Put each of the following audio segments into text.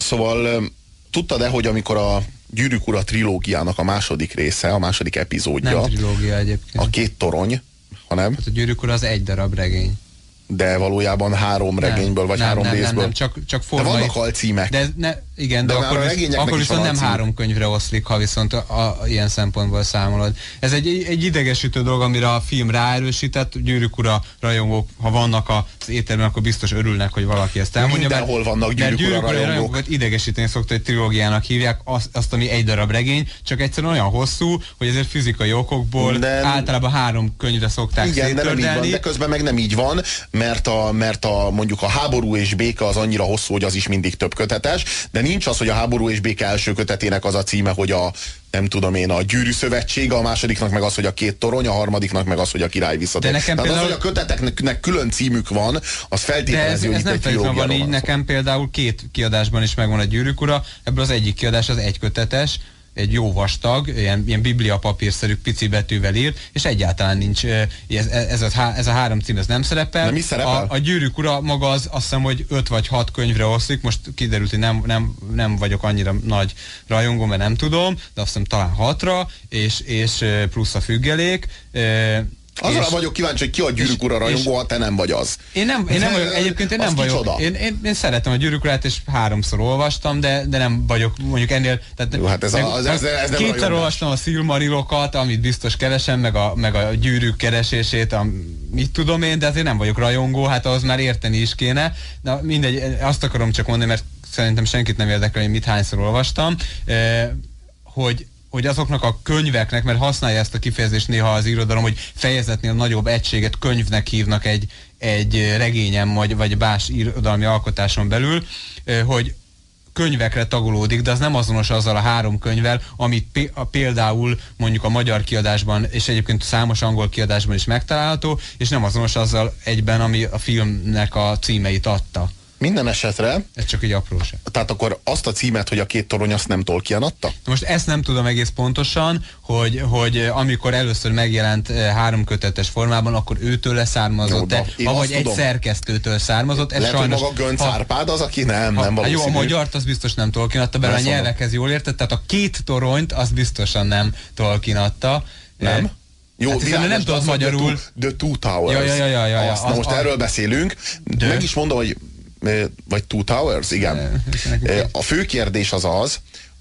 Szóval tudtad-e, hogy amikor a Gyűrűk Ura trilógiának a második része, a második epizódja, nem trilógia egyébként. a két torony, hanem... Hát a Gyűrűk Ura az egy darab regény. De valójában 3 regényből, vagy 3 részből. Nem, csak formai. De vannak alcímek. Igen, de akkor viszont nem 3 könyvre oszlik, ha viszont ilyen szempontból számolod. Ez egy idegesítő dolog, amire a film ráerősített. Gyűrűk Ura rajongók, ha vannak az éterben, akkor biztos örülnek, hogy valaki ezt elmondja. Mindenhol vannak Gyűrűk Ura rajongók. Idegesíteni szokta, hogy trilógiának hívják azt, ami egy darab regény, csak egyszerűen olyan hosszú, hogy ezért fizikai okokból általában 3 könyvre szokták széttördelni. De közben meg nem így van, mert mondjuk a Háború és béke az annyira hosszú, hogy az is mindig több kötetes, de nincs az, hogy a Háború és béke első kötetének az a címe, hogy nem tudom én, a Gyűrű Szövetsége, a másodiknak meg az, hogy a két torony, a harmadiknak meg az, hogy a király visszatér. Tehát például... az, hogy a köteteknek külön címük van, az feltételezi, hogy itt egy trilógiáról van szó. Nekem például 2 kiadásban is megvan a Gyűrűk Ura, ebből az egyik kiadás az egykötetes, egy jó vastag, ilyen bibliapapírszerű pici betűvel írt, és egyáltalán nincs, ez a 3 cím, ez nem szerepel. De mi szerepel? A Gyűrűk Ura maga azt hiszem, hogy 5 vagy 6 könyvre oszlik, most kiderült, hogy nem vagyok annyira nagy rajongó, mert nem tudom, de azt hiszem talán 6-ra, és plusz a függelék. Azra vagyok kíváncsi, hogy ki a Gyűrűk Ura rajongó, ha te nem vagy az. Én nem vagyok, egyébként én nem vagyok. Én szeretem a Gyűrűk Urát, és 3-szor olvastam, de nem vagyok mondjuk ennél. Tehát jó, hát ez nem 2-szer olvastam a Silmarilokat, amit biztos keresem, meg a gyűrűk keresését, mit tudom én, de azért nem vagyok rajongó, hát ahhoz már érteni is kéne. De mindegy, azt akarom csak mondani, mert szerintem senkit nem érdekel, hogy mit hányszor olvastam, hogy azoknak a könyveknek, mert használja ezt a kifejezést néha az irodalom, hogy fejezetnél nagyobb egységet könyvnek hívnak egy regényen, vagy más irodalmi alkotáson belül, hogy könyvekre tagolódik, de az nem azonos azzal a 3 könyvvel, amit például mondjuk a magyar kiadásban, és egyébként számos angol kiadásban is megtalálható, és nem azonos azzal egyben, ami a filmnek a címeit adta. Minden esetre... Ez csak egy apróság. Tehát akkor azt a címet, hogy a két torony, azt nem Tolkien adta? Most ezt nem tudom egész pontosan, hogy amikor először megjelent 3 kötetes formában, akkor őtől leszármazott-e, vagy egy szerkesztőtől származott. Lehet, sajnos, hogy maga Gönc Árpád az, aki nem valószínű. Jó, a magyart az biztos nem Tolkien adta, bele a nyelvekhez jól értett, tehát a 2 toronyt azt biztosan nem Tolkien adta. Nem? Jó, hát nem tudod magyarul. The Two Towers. Ja. Na most erről beszélünk. Meg is mondom, hogy vagy Two Towers, igen. A fő kérdés az,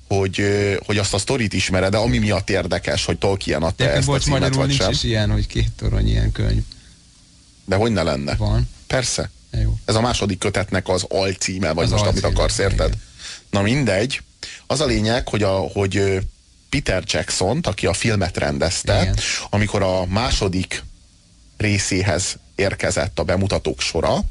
hogy azt a sztorit ismered, de ami miatt érdekes, hogy Tolkien adta ezt a címet, vagy sem. Nincs is ilyen, hogy 2 torony ilyen könyv. De hogy ne lenne? Van. Persze. Jó. Ez a második kötetnek az alcíme, vagy az most alcíme, amit akarsz, érted? Igen. Na mindegy. Az a lényeg, hogy Peter Jackson, aki a filmet rendezte, igen, amikor a második részéhez érkezett a bemutatók sora,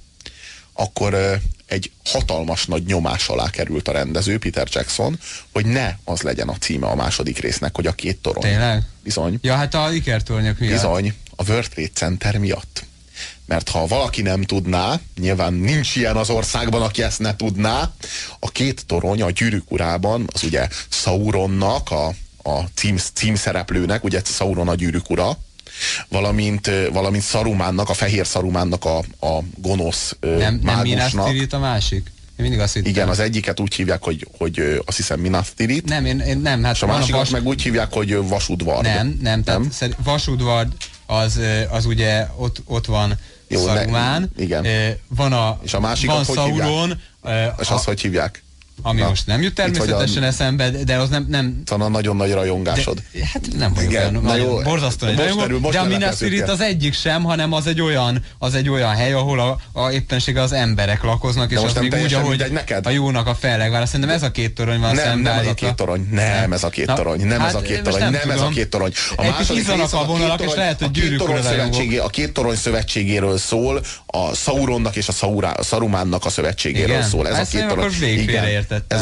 akkor egy hatalmas nagy nyomás alá került a rendező, Peter Jackson, hogy ne az legyen a címe a második résznek, hogy a 2 torony. Tényleg? Bizony. Ja, hát a ikertornyok miatt. Bizony, a World Trade Center miatt. Mert ha valaki nem tudná, nyilván nincs ilyen az országban, aki ezt ne tudná, a 2 torony a Gyűrűk Urában, az ugye Sauronnak, a címszereplőnek, ugye Sauron a Gyűrűk Ura, valamint Szarumánnak, a fehér Szarumánnak a gonosz mágusnak. Nem Minas Tirith a másik? Én mindig azt hittem. Igen, az egyiket úgy hívják, hogy azt hiszem Minas Tirith. Nem. Hát és a másikat meg úgy hívják, hogy Vasudvard. Nem. Tehát Vasudvard az ugye ott van. Jó, Szarumán. Igen. És a másikat van hogy Sauron. És azt hogy hívják? Ami most nem jut természetesen eszembe, de az nem... Szóval nagyon nagy rajongásod. Hát nem vagyok olyan, borzasztóan egy rajongó, de a Minas Tirith az egyik sem, hanem az egy olyan hely, ahol éppenséggel az emberek lakoznak, és az még úgy, ahogy a jónak a fellegvára. Szerintem ez a 2 torony van szembe. Nem ez a 2 torony, nem ez a 2 torony, nem ez a 2 torony, nem ez a 2 torony. A második rész a vonalak, és lehet, hogy Gyűrűk Ura rajongók. A 2 torony szövetségéről szól, a Sauronnak és a Szarumánnak a szövetségéről szól. Ez a 2 torony.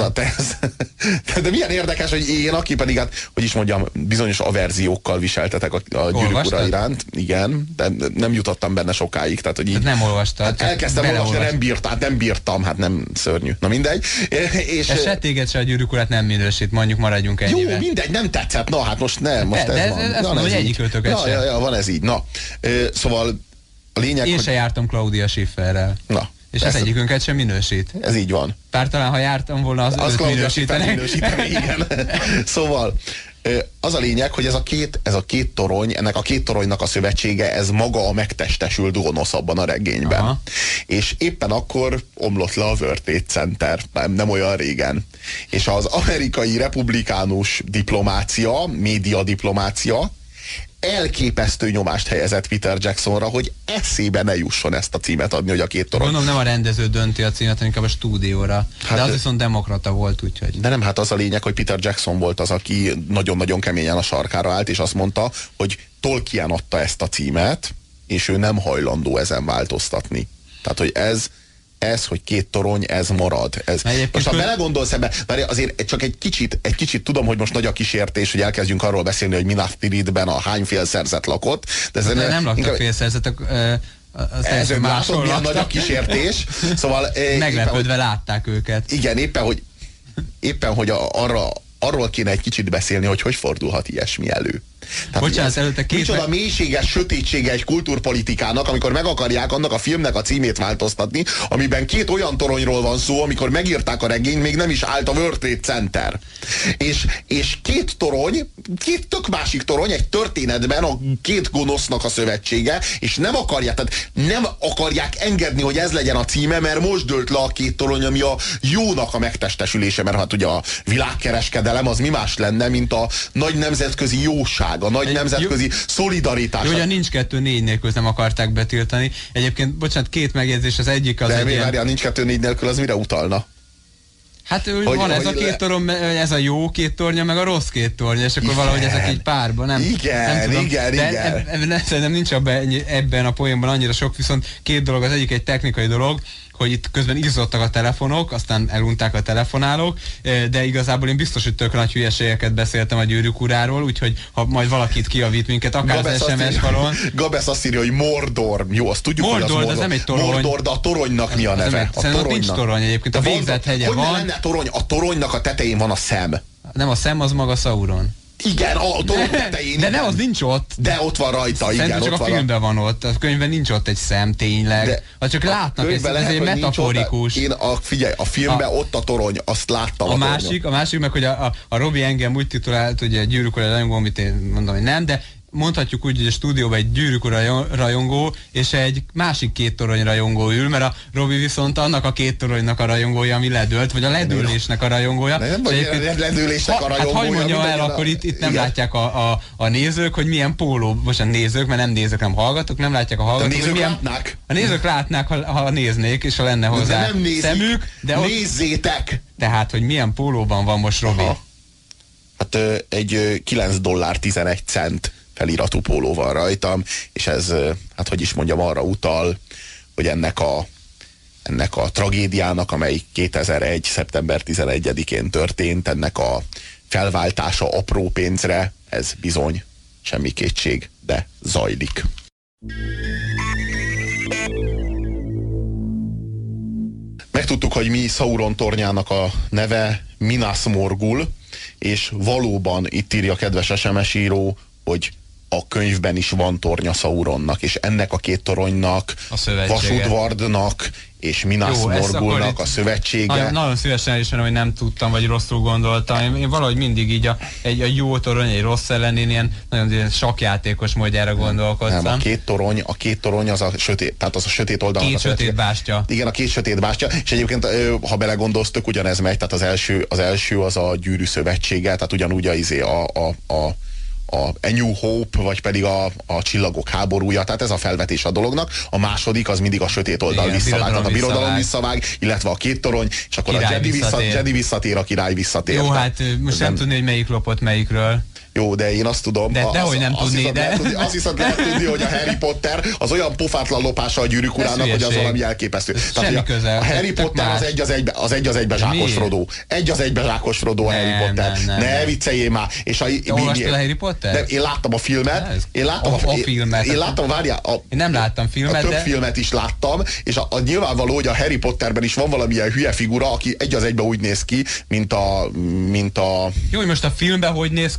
De milyen érdekes, hogy én, aki pedig, hát, hogy is mondjam, bizonyos averziókkal viseltetek a Gyűrűk Ura iránt. Igen, de nem jutottam benne sokáig. Tehát, hogy így, nem olvastad. Hát elkezdtem olvasni, nem bírtam, hát nem szörnyű. Na mindegy. És se téged se a Gyűrűk Urát nem minősít, mondjuk maradjunk ennyivel. Jó, mindegy, nem tetszett. Na hát most nem, most ez van. Ezt mondom, hogy egyik ötöket sem. Ja, van ez így. Na, szóval a lényeg, én se jártam Claudia Schifferrel. Na. És ez egyikünket sem minősít. Ez így van. Bár talán, ha jártam volna, az minősíteni. Igen. Szóval az a lényeg, hogy ez a két torony, ennek a két toronynak a szövetsége, ez maga a megtestesült gonosz abban a regényben. Aha. És éppen akkor omlott le a World Trade Center, nem olyan régen. És az amerikai republikánus diplomácia, média diplomácia elképesztő nyomást helyezett Peter Jacksonra, hogy eszébe ne jusson ezt a címet adni, hogy a két torony. Gondolom nem a rendező dönti a címet, hanem inkább a stúdióra. Hát, de az viszont demokrata volt, úgyhogy. De nem, hát az a lényeg, hogy Peter Jackson volt az, aki nagyon-nagyon keményen a sarkára állt, és azt mondta, hogy Tolkien adta ezt a címet, és ő nem hajlandó ezen változtatni. Tehát, hogy ez, hogy két torony, ez marad. Most ha belegondolsz ebbe, azért csak egy kicsit tudom, hogy most nagy a kísértés, hogy elkezdjünk arról beszélni, hogy Minas Tirithben a hány félszerzet lakott. De nem laktak félszerzetek, ez látod, milyen nagy a kísértés. Szóval, meglepődve látták őket. Igen, éppen hogy arról kéne egy kicsit beszélni, hogy fordulhat ilyesmi elő. Bocsánat, előtte micsoda mélységes sötétsége egy kultúrpolitikának, amikor meg akarják annak a filmnek a címét változtatni, amiben két olyan toronyról van szó, amikor megírták a regényt, még nem is állt a World Trade Center. És két torony, két tök másik torony egy történetben a két gonosznak a szövetsége, és nem akarják engedni, hogy ez legyen a címe, mert most dőlt le a két torony, ami a jónak a megtestesülése, mert hát ugye a világkereskedelem az mi más lenne, mint a nagy nemzetközi jóság, a nagy nemzetközi szolidaritás. Jó, ugyan nincs 2-4 nélkül, nem akarták betiltani. Egyébként, bocsánat, két megjegyzés, az egyik az... De mi várjál, nincs 2-4 nélkül, az mire utalna? Hát van ez a két torony, ez a jó két tornya, meg a rossz két tornya, és akkor valahogy ezek így párban, nem tudom. Igen. Szerintem nincs ebben a poénban annyira sok, viszont két dolog, az egyik egy technikai dolog, hogy itt közben izzottak a telefonok, aztán elunták a telefonálók, de igazából én biztos, hogy tök nagy hülyeségeket beszéltem a Gyűrűk uráról, úgyhogy ha majd valakit kijavít minket, akár az SMS falon. Gabesz azt írja, hogy Mordor. Jó, azt tudjuk, Mordor, hogy az Mordor. Nem egy torony. Mordor, de a toronynak mi a neve? Szerintem nincs torony egyébként, a végzett hegye van. Hogy ne lenne torony? A toronynak a tetején van a szem. Nem, a szem az maga Sauron. Igen, a torony tetején. De nem, az nincs ott. De ott van rajta, igen. Szerintem csak a filmben van ott, a könyvben nincs ott egy szem, tényleg. Az csak látnak, ez egy metaforikus. Figyelj, a filmben ott a torony, azt láttam a másik meg, hogy a Robi engem úgy titulált, hogy a Gyűrűk ura rajongó, amit én mondom, hogy nem, de mondhatjuk úgy, hogy a stúdióban egy Gyűrűk ura rajongó és egy másik két torony rajongó ül, mert a Robi viszont annak a két toronynak a rajongója, ami ledőlt, vagy a ledőlésnek a rajongója. Nem vagy ledőlésnek a rajongója. Hát hogy mondja el, akkor itt nem látják a nézők, hogy milyen póló, bocsánat, nézők, mert nem nézők, nem hallgatók, nem látják a hallgatók. A nézők látnák. A nézők látnák, ha néznék, és ha lenne hozzá de nem nézik, szemük. De nézzétek! Tehát, hogy milyen pólóban van most Robi? Aha. Hát egy $9.11 feliratú póló van rajtam, és ez, hát hogy is mondjam, arra utal, hogy ennek a tragédiának, amely 2001. szeptember 11-én történt, ennek a felváltása apró pénzre, ez bizony semmi kétség, de zajlik. Megtudtuk, hogy mi Sauron tornyának a neve Minas Morgul, és valóban itt írja a kedves SMS író, hogy a könyvben is van tornya Sauronnak, és ennek a két toronynak, Vasudvardnak és Minas Morgulnak a szövetsége. Nagyon szívesen elismerem, hogy nem tudtam, vagy rosszul gondoltam. Én valahogy mindig így a jó torony, egy rossz ellenén ilyen nagyon sakjátékos módjára gondolkodtam. Nem, a két torony az a sötét, tehát az a sötét oldalnak. Két sötét bástya. Igen, a két sötét bástya, és egyébként, ha belegondolsz, tök ugyanez megy, tehát az első az a Gyűrű szövetsége, tehát ugyanúgy a New Hope, vagy pedig a Csillagok háborúja, tehát ez a felvetés a dolognak. A második az mindig a sötét oldal visszavág, tehát a birodalom visszavág, illetve a két torony, és akkor a Jedi visszatér, a király visszatér. Jó, hát most nem tudni, hogy melyik lopott melyikről. Jó, de én azt tudom. Dehogy nem tudni, de... Azt viszont lehet tudni, hogy a Harry Potter az olyan pofátlan lopása a Gyűrűk urának, hogy az valami elképesztő. Semmi közel. A Harry Potter az egy az egybe zsákos Frodo. Egy az egybe zsákos Frodo a Harry Potter. Ne vicceljél már. Te olvastad a Harry Potter? Én láttam a filmet. Én láttam, várjál. Én nem láttam filmet, de... Több filmet is láttam, és nyilvánvaló, hogy a Harry Potterben is van valamilyen hülye figura, aki egy az egybe úgy néz ki, mint a... Jó, hogy most a filmben hogy néz ki, kicsoda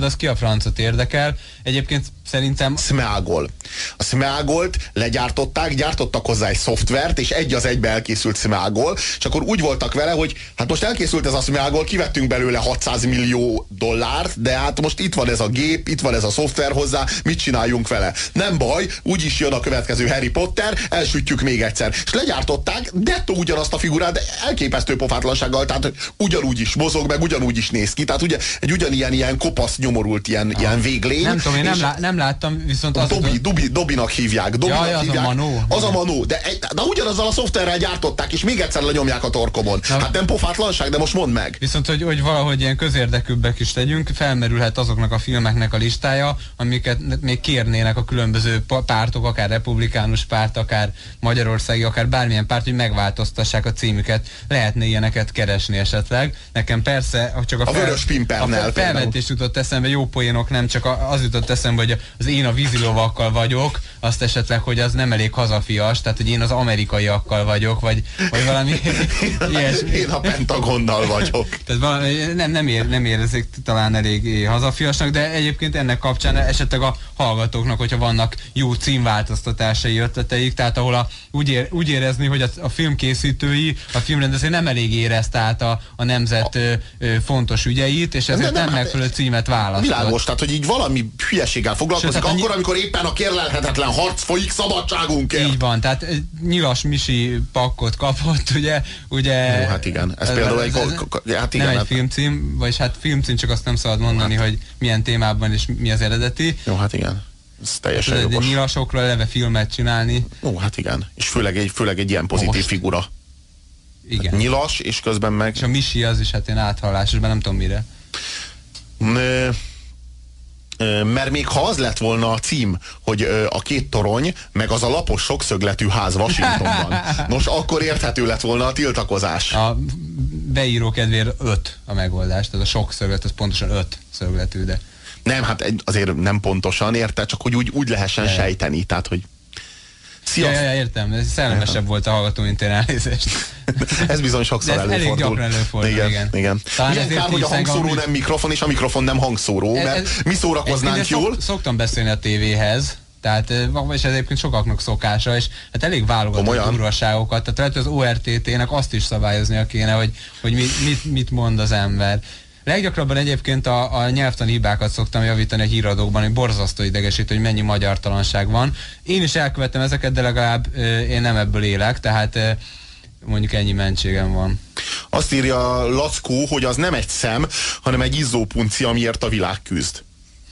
az ki a francot érdekel. Egyébként szerintem... Smeagol. A Smeagolt legyártották, gyártottak hozzá egy szoftvert, és egy az egybe elkészült Smeagol, és akkor úgy voltak vele, hogy hát most elkészült ez a Smeagol, kivettünk belőle 600 millió dollárt, de hát most itt van ez a gép, itt van ez a szoftver hozzá, mit csináljunk vele? Nem baj, úgyis jön a következő Harry Potter, elsütjük még egyszer. És legyártották, dettó ugyanazt a figurát, de elképesztő pofátlansággal, tehát ugyanúgy is mozog, meg ugyanúgy is néz ki, tehát ugye egy ugyanilyen ilyen kopasz, nyomorult ilyen véglény. Nem tudom, én nem láttam, viszont az... Dobinak hívják. Dobinak hívják. Az a Manó. Az a Manó, de ugyanazzal a szoftverrel gyártották, és még egyszer lenyomják a torkomon. Hát nem pofátlanság, de most mondd meg. Viszont, hogy valahogy ilyen közérdekűbbek is legyünk, felmerülhet azoknak a filmeknek a listája, amiket még kérnének a különböző pártok, akár republikánus párt, akár magyarországi, akár bármilyen párt, hogy megváltoztassák a címüket. Lehetne ilyeneket keresni esetleg. Nekem persze, csak a Vörös Pimpernel a felvetés jutott eszembe, jó poénok, nem csak az jutott eszembe, hogy az én a vízilovakkal vagyok, azt esetleg, hogy az nem elég hazafias, tehát hogy én az amerikaiakkal vagyok, vagy valami ilyesmi. Én a Pentagonnal vagyok. Tehát valami, nem érezzék talán elég hazafiasnak, de egyébként ennek kapcsán esetleg a hallgatóknak, hogyha vannak jó címváltoztatásai, ötleteik, tehát ahol úgy érezni, hogy a filmkészítői, a filmrendező nem elég érezte át a nemzet fontos ügyeit, és ezért nem megfelelő címet választott. Világos, tehát hogy így valami hülyeséggel foglalkozik, akkor, amikor éppen a kérlelhetetlen harc folyik szabadságunkért. Így van, tehát Nyilas Misi pakkot kapott, ugye... Jó, hát igen, ez például hát igen, nem egy filmcím, vagyis hát filmcím, csak azt nem szabad mondani, hogy milyen témában és mi az eredeti. Jó, hát igen. Ez teljesen jogos. Nyilasokról eleve filmet csinálni. Ó, hát igen. És főleg egy ilyen pozitív figura. Igen. Hát nyilas, és közben meg... És a Misi az is hát én áthallásos, nem tudom mire. Mert még ha az lett volna a cím, hogy a két torony, meg az a lapos sokszögletű ház Washingtonban. Nos, akkor érthető lett volna a tiltakozás. A beíró kedvéért 5 a megoldás, tehát a sokszöglet, az pontosan 5 szögletű, de... Nem, hát azért nem pontosan, érte, csak hogy úgy lehessen sejteni, tehát hogy... Ja, értem, ez szellemesebb volt a hallgató, mint én, elnézést. Ez bizony sokszor előfordul. Elég gyakran előfordul, igen. Milyen kár, hogy a hangszóró nem mikrofon, és a mikrofon nem hangszóró, mert mi szórakoznánk jól. Szoktam beszélni a tévéhez, tehát, és ez egyébként sokaknak szokása, és hát elég válogatott durvaságokat, tehát lehet, hogy az ORTT-nek azt is szabályoznia kéne, hogy mit mond az ember. Leggyakrabban egyébként a nyelvtani hibákat szoktam javítani a híradókban, hogy borzasztó idegesítő, hogy mennyi magyartalanság van. Én is elkövettem ezeket, de legalább én nem ebből élek, tehát mondjuk ennyi mentségem van. Azt írja Lackó, hogy az nem egy szem, hanem egy izzópunci, amiért a világ küzd.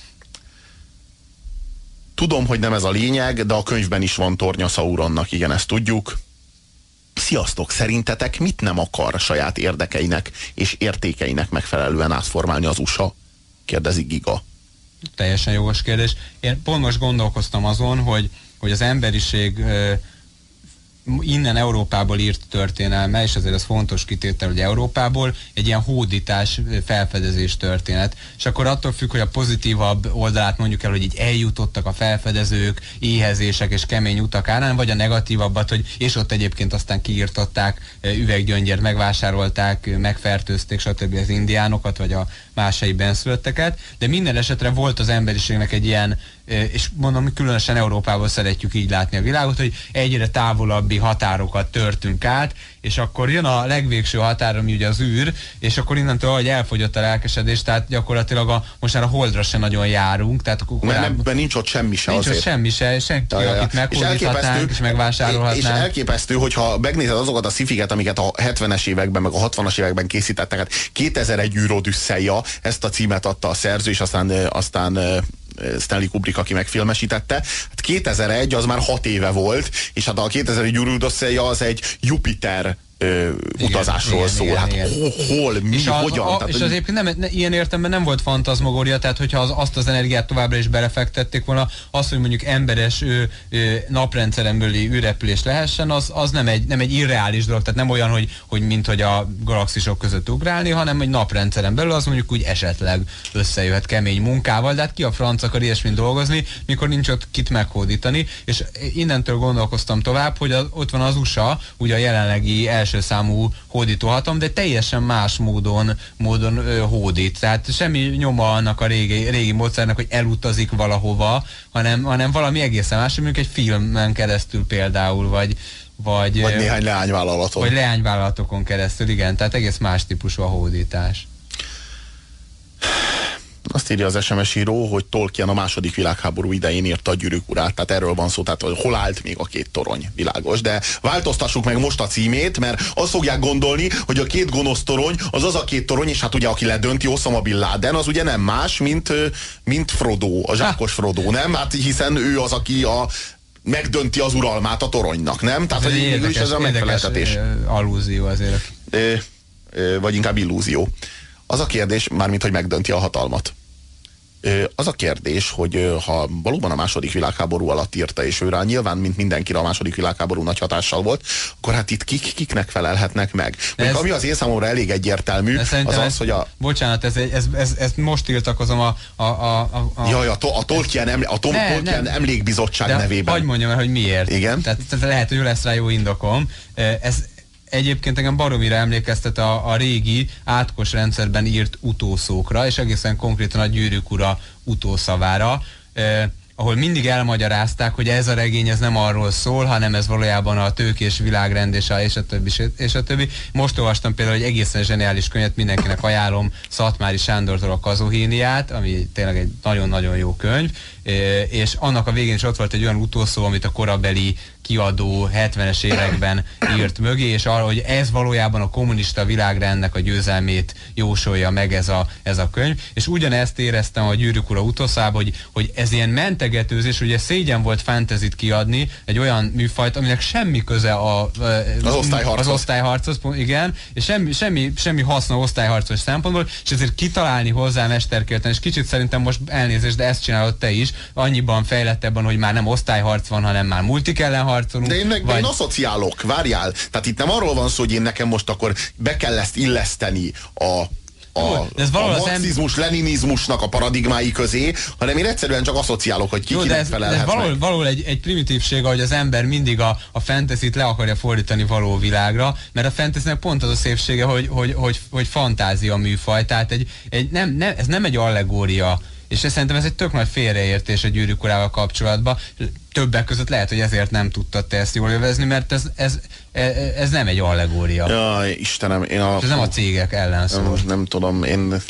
Tudom, hogy nem ez a lényeg, de a könyvben is van tornya Sauronnak, igen, ezt tudjuk. Sziasztok, szerintetek mit nem akar saját érdekeinek és értékeinek megfelelően átformálni az USA? Kérdezi Giga. Teljesen jogos kérdés. Én pont most gondolkoztam azon, hogy az emberiség innen Európából írt történelme, és azért ez fontos kitétel, hogy Európából egy ilyen hódítás, felfedezés történet. És akkor attól függ, hogy a pozitívabb oldalát mondjuk el, hogy így eljutottak a felfedezők, éhezések és kemény utak árán, vagy a negatívabbat, hogy és ott egyébként aztán kiírtották, üveggyöngyért megvásárolták, megfertőzték, stb. Az indiánokat, vagy a más helyi benszülötteket, de minden esetre volt az emberiségnek egy ilyen, és mondom, különösen Európából szeretjük így látni a világot, hogy egyre távolabbi határokat törtünk át, és akkor jön a legvégső határ, ami ugye az űr, és akkor innentől, hogy elfogyott a lelkesedés, tehát gyakorlatilag most már a Holdra se nagyon járunk, tehát akkor mert nincs ott semmi se nincs azért. Ott semmi se, senki, akit meghódíthatnánk, és megvásárolhatnánk. És elképesztő, hogyha megnézed azokat a szifiket, amiket a 70-es években, meg a 60-as években készítettek, hát 2001 űr Odüsszeia, ezt a címet adta a szerző, és aztán Stanley Kubrick, aki megfilmesítette. Hát 2001 az már 6 éve volt, és hát a 2001 űr Odüsszeia az egy Jupiter utazásról szól. Hát hol, mi, hogyan? És az egyébként ilyen értelemben nem volt fantazmagória, tehát hogyha azt az energiát továbbra is belefektették volna, az, hogy mondjuk emberes naprendszeren belüli űrrepülés lehessen, az nem egy irreális dolog, tehát nem olyan, hogy mint hogy a galaxisok között ugrálni, hanem egy naprendszeren belül az mondjuk úgy esetleg összejöhet kemény munkával, de hát ki a franc akar ilyesmint dolgozni, mikor nincs ott kit meghódítani, és innentől gondolkoztam tovább, hogy ott van az USA, ugye a jelenlegi első első számú hódítóhatalom, de teljesen más módon hódít. Tehát semmi nyoma annak a régi módszernek, hogy elutazik valahova, hanem valami egészen más, mondjuk egy filmen keresztül például, vagy néhány leányvállalaton. Vagy leányvállalatokon keresztül, igen. Tehát egész más típusú a hódítás. Azt írja az SMS író, hogy Tolkien a második világháború idején írta a Gyűrűk urát, tehát erről van szó, tehát hol állt még a két torony, világos. De változtassuk meg most a címét, mert azt fogják gondolni, hogy a két gonosz torony az a két torony, és hát ugye aki ledönti, Osama Bin Laden, az ugye nem más, mint Frodo, a zsákos Frodo, nem? Hát hiszen ő az, aki megdönti az uralmát a toronynak, nem? Tehát hogy érdekes, ez a megfeleltetés. Allúzió azért. Vagy inkább illúzió. Az a kérdés, mármint, hogy megdönti a hatalmat. Az a kérdés, hogy ha valóban a második világháború alatt írta, és őre nyilván, mint mindenkire a második világháború nagy hatással volt, akkor hát itt kiknek felelhetnek meg. Ami az én számomra elég egyértelmű, az az, hogy Bocsánat, ez most tiltakozom a Tolkien emlékbizottság nevében. Hadd mondjam el, hogy miért. Igen? Tehát lehet, hogy lesz rá jó indokom. Egyébként engem baromira emlékeztet a régi átkos rendszerben írt utószókra, és egészen konkrétan a Gyűrűk ura utószavára, ahol mindig elmagyarázták, hogy ez a regény ez nem arról szól, hanem ez valójában a tőkés világrend és a többi. Most olvastam például egy egészen zseniális könyvet, mindenkinek ajánlom, Szatmári Sándortól a Kazuhéniát, ami tényleg egy nagyon-nagyon jó könyv, és annak a végén is ott volt egy olyan utószó, amit a korabeli kiadó 70-es években írt mögé, és arra, hogy ez valójában a kommunista világrendnek a győzelmét jósolja meg ez a könyv, és ugyanezt éreztem a Gyűrűk ura utószában, hogy ez ilyen mentegetőzés, ugye szégyen volt fantasyt kiadni, egy olyan műfajt, aminek semmi köze az osztályharchoz, igen, és semmi haszna osztályharcos szempontból, és ezért kitalálni hozzá mesterkélten, és kicsit szerintem most elnézést, de ezt csinálod te is, annyiban fejlettebben, hogy már nem osztályharc van, hanem már multik ellen harcolunk. De én asszociálok, várjál. Tehát itt nem arról van szó, hogy én nekem most akkor be kell ezt illeszteni a marxizmus, leninizmusnak a paradigmái közé, hanem én egyszerűen csak asszociálok, hogy kinek felelhet meg. Valahol egy primitívség, hogy az ember mindig a fantasyt le akarja fordítani való világra, mert a fantasynek pont az a szépsége, hogy fantázia műfaj, tehát ez nem egy allegória, és szerintem ez egy tök nagy félreértés a Gyűrűk urával kapcsolatban. Többek között lehet, hogy ezért nem tudtad te ezt jól jövezni, mert ez nem egy allegória. Jaj, Istenem, ez nem a cégek ellen szól. Nem tudom, én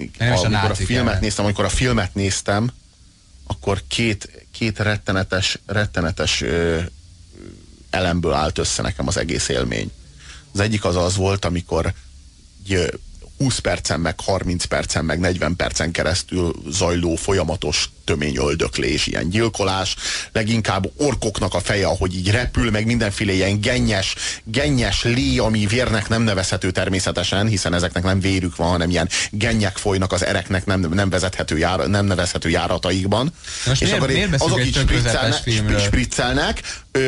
amikor a filmet néztem, akkor két rettenetes elemből állt össze nekem az egész élmény. Az egyik az volt, amikor 20 percen, meg 30 percen, meg 40 percen keresztül zajló folyamatos töményöldöklés, ilyen gyilkolás, leginkább orkoknak a feje, ahogy így repül, meg mindenféle ilyen gennyes lé, ami vérnek nem nevezhető természetesen, hiszen ezeknek nem vérük van, hanem ilyen gennyek folynak az ereknek nem nevezhető járataikban. Most és akkor azok így spriccelnek.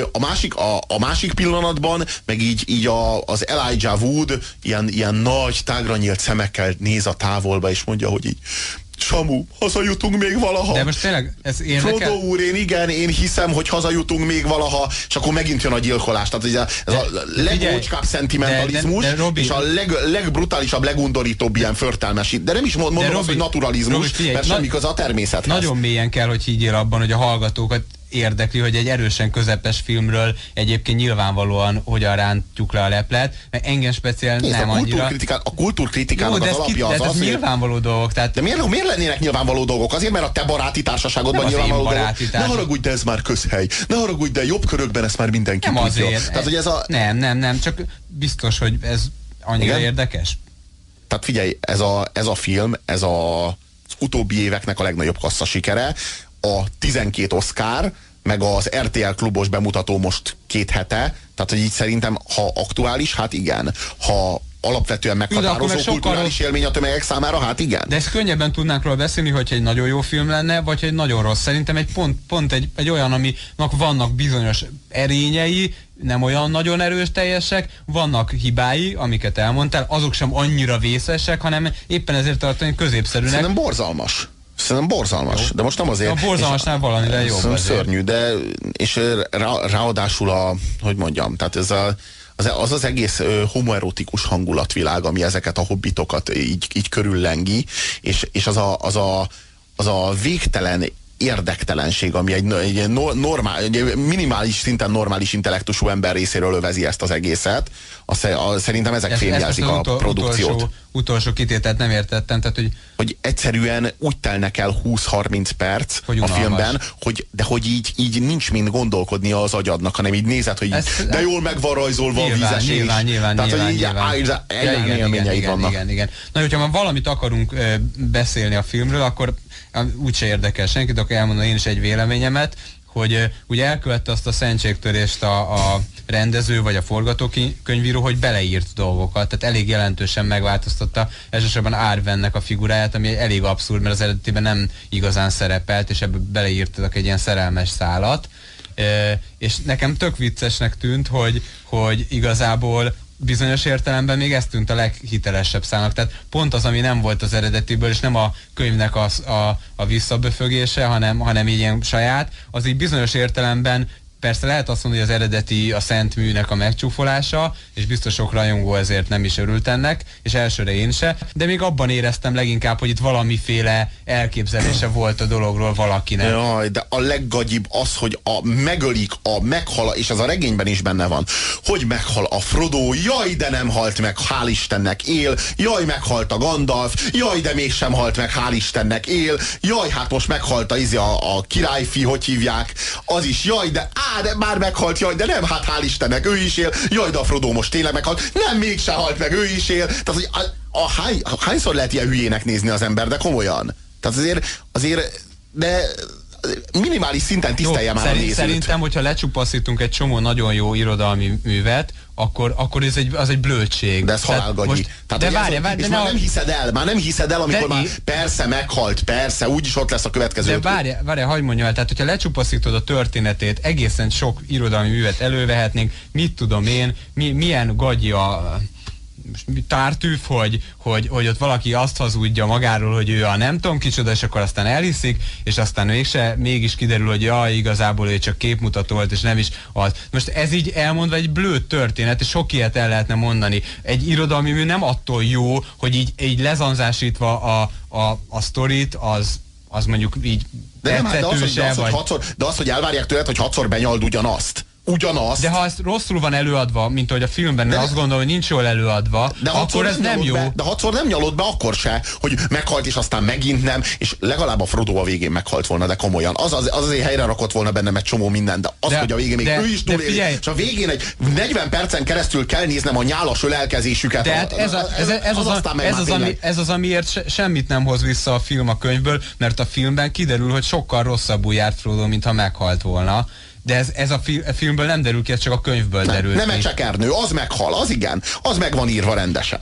A másik pillanatban, meg így az Elijah Wood ilyen nagy, tágra nyílt szemekkel néz a távolba, és mondja, hogy így Samu, hazajutunk még valaha. De most tényleg ez érdekel? Frodo úr, én hiszem, hogy hazajutunk még valaha, és akkor megint jön a gyilkolás. Tehát ez a legócskább szentimentalizmus, és a legbrutálisabb, legundorítóbb ilyen förtelmes. De nem is mondom azt, hogy naturalizmus, mert semmi köze a természethez. Nagyon mélyen kell, hogy higgyél abban, hogy a hallgatókat érdekli, hogy egy erősen közepes filmről egyébként nyilvánvalóan hogyan rántjuk le a leplet, mert engem speciál nem annyira. A kultúrkritikának az alapja az, hogy nyilvánvaló dolgok. Tehát... De miért lennének nyilvánvaló dolgok? Azért, mert a te baráti társaságodban nyilvánvaló dolgok. Ne haragudj, de ez már közhely. Ne haragudj, de jobb körökben ezt már mindenki nem tudja. Azért. Tehát, hogy Nem, csak biztos, hogy ez annyira érdekes. Tehát figyelj, ez a film, ez az utóbbi éveknek a legnagyobb kassza sikere. A 12 Oscar, meg az RTL klubos bemutató most 2 hete, tehát hogy így szerintem, ha aktuális, hát igen. Ha alapvetően meghatározó kulturális élmény a tömegek számára, hát igen. De ezt könnyebben tudnánk róla beszélni, hogyha egy nagyon jó film lenne, vagy egy nagyon rossz. Szerintem pont egy olyan, aminek vannak bizonyos erényei, nem olyan nagyon erős teljesek, vannak hibái, amiket elmondtál, azok sem annyira vészesek, hanem éppen ezért tartani középszerűnek. Szerintem borzalmas. Jó. De most nem azért... A borzalmasnál valamivel jobb azért. Szörnyű, de és ráadásul hogy mondjam, tehát ez az egész homoerotikus hangulatvilág, ami ezeket a hobbitokat így körüllengi, és az a végtelen érdektelenség, ami egy minimális szinten normális intellektusú ember részéről övezi ezt az egészet, szerintem ezek fémjelzik a produkciót. Utolsó kitételt nem értettem, tehát hogy egyszerűen úgy telnek el 20-30 perc a filmben, hogy így nincs mind gondolkodnia az agyadnak, hanem így nézed, hogy de jól meg van rajzolva a vízesés. Nyilván. Tehát, hogy így élményeid vannak. Igen. Na, hogyha már valamit akarunk beszélni a filmről, akkor úgyse érdekel senkit, akkor elmondom én is egy véleményemet, hogy ugye elkövette azt a szentségtörést a rendező vagy a forgatókönyvíró, hogy beleírt dolgokat, tehát elég jelentősen megváltoztatta elsősorban Arwennek a figuráját, ami elég abszurd, mert az eredetiben nem igazán szerepelt, és ebből beleírtak egy ilyen szerelmes szálat, és nekem tök viccesnek tűnt, hogy igazából bizonyos értelemben még ez tűnt a leghitelesebb számnak. Tehát pont az, ami nem volt az eredetiből, és nem a könyvnek a visszaböfögése, hanem így ilyen saját, az így bizonyos értelemben persze lehet azt mondani, hogy az eredeti a Szent Műnek a megcsúfolása, és biztos sok rajongó ezért nem is örült ennek, és elsőre én se, de még abban éreztem leginkább, hogy itt valamiféle elképzelése volt a dologról valakinek. Jaj, de a leggagyibb az, hogy megölik, meghal, és ez a regényben is benne van, hogy meghal a Frodo, jaj, de nem halt meg, hál' Istennek él, jaj, meghalt a Gandalf, jaj, de mégsem halt meg, hál' Istennek él, jaj, hát most meghalt a királyfi, hogy hívják, az is, jaj, de már meghalt, jaj, de nem, hát hál' Istennek, ő is él, jaj, de a Frodo most tényleg meghalt, nem, mégsem halt meg, ő is él. Tehát, hogy hányszor lehet ilyen hülyének nézni az ember, de komolyan. Tehát de minimális szinten tisztelje már a nézőt. Szerintem, hogyha lecsupaszítunk egy csomó nagyon jó irodalmi művet, akkor az egy blödség. De ez halálgagyi. És már nem hiszed el, amikor már persze meghalt, persze, úgyis ott lesz a következő. De várj, hagyj mondjam el, tehát hogyha lecsupaszítod a történetét, egészen sok irodalmi művet elővehetnénk, mit tudom én, milyen gagyi a Tartűf, hogy ott valaki azt hazudja magáról, hogy ő a nem tudom kicsoda, és akkor aztán elhiszik, és aztán mégis kiderül, hogy igazából ő csak képmutató volt, és nem is az. Most ez így elmondva egy blőd történet, és sok ilyet el lehetne mondani. Egy irodalmi mű nem attól jó, hogy így lezanzásítva a sztorit, az mondjuk így de az, hogy elvárják tőled, hogy 6-szor benyald ugyanazt. De ha ez rosszul van előadva, mint ahogy a filmben azt gondolom, hogy nincs jól előadva, akkor ez nem jó. De 6-szor nem nyalod be akkor se, hogy meghalt, és aztán megint nem, és legalább a Frodo a végén meghalt volna, de komolyan. Az azért helyre rakott volna bennem egy csomó minden, de az, hogy a végén még ő is túléli, és a végén egy 40 percen keresztül kell néznem a nyálas ölelkezésüket. De ez az, amiért semmit nem hoz vissza a film a könyvből, mert a filmben kiderül, hogy sokkal rosszabbul járt Frodo, mintha meghalt volna. De ez a filmből nem derül ki, ez csak a könyvből derül ki. Nem egy csekernő, az meghal, az igen, az meg van írva rendesen.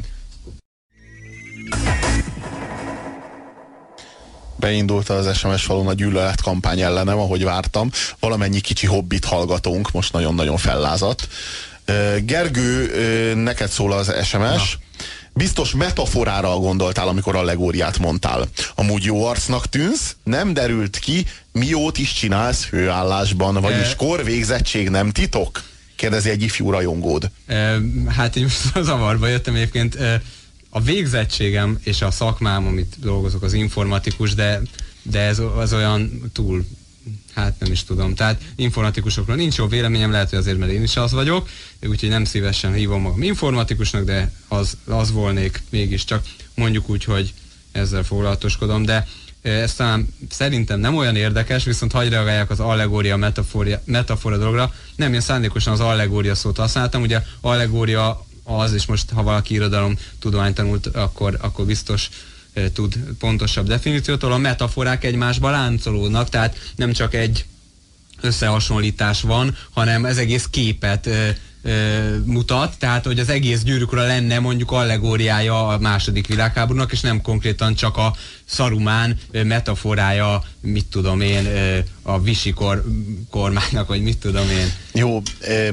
Beindult az SMS falon a gyűlölet kampány ellenem, ahogy vártam. Valamennyi kicsi hobbit hallgatónk, most nagyon-nagyon fellázadt. Gergő, neked szól az SMS. Na. Biztos metaforára gondoltál, amikor allegóriát mondtál. Amúgy jó arcnak tűnsz, nem derült ki, miót is csinálsz főállásban, vagyis korvégzettség nem titok? Kérdezi egy ifjú rajongód. Hát én most zavarba jöttem egyébként. A végzettségem és a szakmám, amit dolgozok, az informatikus, de ez az olyan túl, hát nem is tudom. Tehát informatikusokról nincs jó véleményem, lehet, hogy azért, mert én is az vagyok, úgyhogy nem szívesen hívom magam informatikusnak, de az volnék mégiscsak. Mondjuk úgy, hogy ezzel foglalatoskodom, de ez talán szerintem nem olyan érdekes, viszont hagyj reagáljak az allegória, metafora dologra. Nem, én szándékosan az allegória szót használtam, ugye allegória az, és most ha valaki irodalom tudományt tanult, akkor biztos tud pontosabb definíciótól. A metaforák egymásba láncolódnak, tehát nem csak egy összehasonlítás van, hanem ez egész képet mutat, tehát hogy az egész Gyűrűk ura lenne mondjuk allegóriája a második világháborúnak, és nem konkrétan csak a Szarumán metaforája, mit tudom én, a Visi kormánynak, vagy mit tudom én. Jó,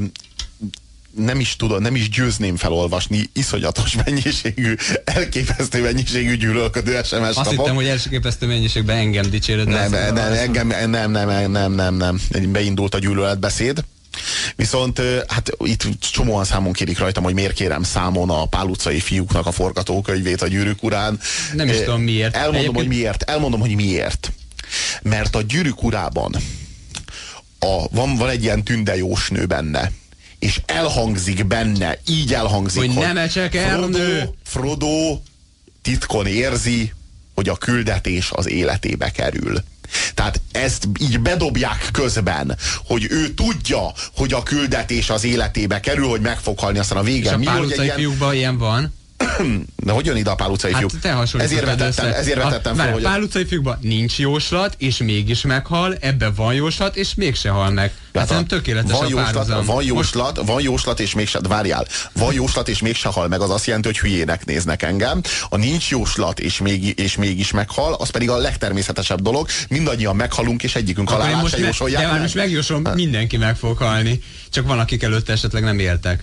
nem is győzném felolvasni, iszonyatos mennyiségű, elképesztő mennyiségű gyűlölködő SMS-t kapok. Azt hittem, hogy elképesztő mennyiségben engem dicséred. Nem. Beindult a gyűlöletbeszéd. Viszont hát itt csomóan számon kérik rajtam, hogy miért kérem számon a Pál utcai fiúknak a forgatókönyvét a Gyűrűk urán. Nem is tudom miért. Elmondom, hogy miért. Mert a Gyűrűk urában van egy ilyen tünde jósnő benne, és elhangzik benne, így elhangzik, hogy nem ecsek el, Frodo titkon érzi, hogy a küldetés az életébe kerül. Tehát ezt így bedobják közben, hogy ő tudja, hogy a küldetés az életébe kerül, hogy meg fog halni, aztán a végén. És a Pál utcai fiúkban ilyen van. De hogy jön ide a Pál utcai fiúk? Hát te hasonlítottad össze. Ezért vetettem fel, hogy... A Pál utcai fiúkban nincs jóslat, és mégis meghal, ebben van jóslat, és mégse hal meg. Hát nem tökéletes a párhuzam. Van jóslat, és mégse... Várjál. Van jóslat, és mégse hal meg, az azt jelenti, hogy hülyének néznek engem. A nincs jóslat, és mégis meghal, az pedig a legtermészetesebb dolog. Mindannyian meghalunk, és egyikünk halálát se jósolják. De már most megjósolom, mindenki meg fog halni. Csak van, akik előtte esetleg nem éltek.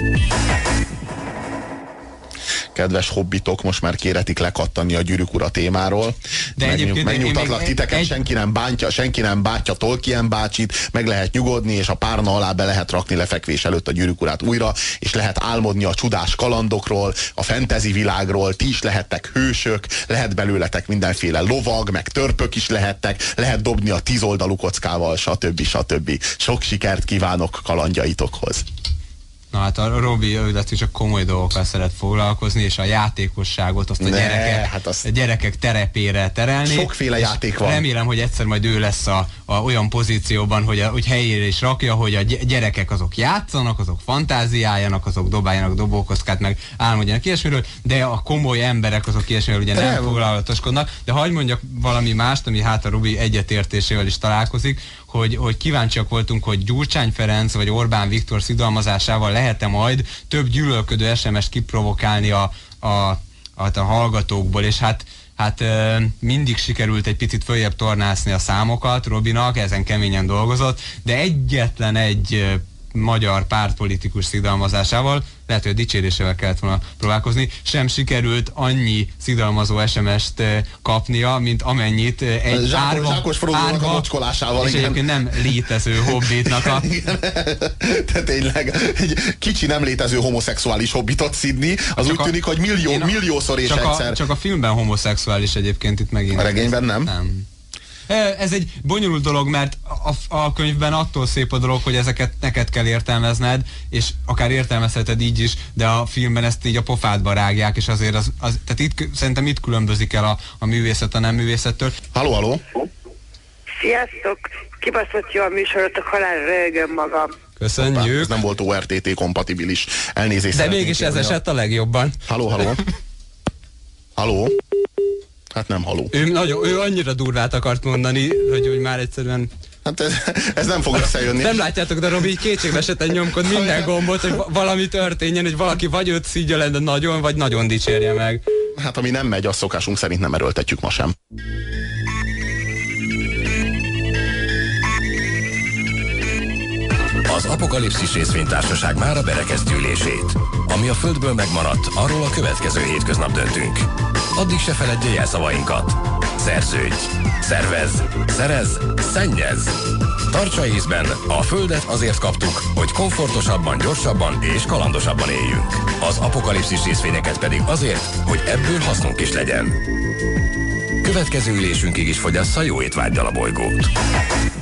Kedves hobbitok, most már kéretik lekattani a Gyűrűk ura témáról. De megnyugtatlak titeket, senki nem bántja Tolkien bácsit, meg lehet nyugodni, és a párna alá be lehet rakni lefekvés előtt a Gyűrűk urát újra, és lehet álmodni a csodás kalandokról, a fantasy világról, ti is lehettek hősök, lehet belőletek mindenféle lovag, meg törpök is lehettek, lehet dobni a 10 oldalú kockával, stb. Sok sikert kívánok kalandjaitokhoz. Na hát a Robi csak komoly dolgokkal szeret foglalkozni, és a játékosságot azt a gyerekek terepére terelni. Sokféle játék van. Remélem, hogy egyszer majd ő lesz olyan pozícióban, hogy helyére is rakja, hogy a gyerekek azok játszanak, azok fantáziáljanak, azok dobáljanak dobókockát, meg álmodjanak ilyesmiről, de a komoly emberek azok ilyesmiről ugye nem foglalatoskodnak. De hadd mondjak valami mást, ami hát a Robi egyetértésével is találkozik, hogy kíváncsiak voltunk, hogy Gyurcsány Ferenc vagy Orbán Viktor szidalmazásával lehet-e majd több gyűlölködő SMS-t kiprovokálni a hallgatókból, és hát mindig sikerült egy picit följebb tornászni a számokat Robinak, ezen keményen dolgozott, de egyetlen egy magyar pártpolitikus szidalmazásával, lehet, hogy a dicsérésével kellett volna próbálkozni, sem sikerült annyi szidalmazó SMS-t kapnia, mint amennyit egy Zsákos Frodónak a mocskolásával. És egyébként nem létező hobbitnak a... De tényleg, egy kicsi nem létező homoszexuális hobbitot szidni, az úgy tűnik, hogy milliószor és egyszer. Csak a filmben homoszexuális egyébként itt megint. A regényben nem? Nem. Ez egy bonyolult dolog, mert a könyvben attól szép a dolog, hogy ezeket neked kell értelmezned, és akár értelmezheted így is, de a filmben ezt így a pofádba rágják, és azért tehát szerintem itt különbözik el a művészet a nem művészettől. Halló? Sziasztok! Kibaszott jó a műsorotok, halálra röhögöm magam. Köszönjük. Ez nem volt ORTT kompatibilis. Elnézést. De mégis ez esett a legjobban. Halló? Hát nem haló. Ő annyira durvát akart mondani, hogy már egyszerűen... Hát ez nem fog összejönni. Nem látjátok, de Robi kétségbe esetten nyomkod minden gombot, hogy valami történjen, hogy valaki vagy őt szídja le, de nagyon, vagy nagyon dicsérje meg. Hát ami nem megy, azt szokásunk szerint nem erőltetjük ma sem. Az Apokalipszis részvénytársaság mára berekezti ülését. Ami a Földből megmaradt, arról a következő hétköznap döntünk. Addig se feledje jelszavainkat. Szerződj, szervezz, szerezz, szennyezz. Tartsa észben, a Földet azért kaptuk, hogy komfortosabban, gyorsabban és kalandosabban éljünk. Az Apokalipszis részvényeket pedig azért, hogy ebből hasznunk is legyen. Következő ülésünkig is fogyassza jó étvággyal a bolygót.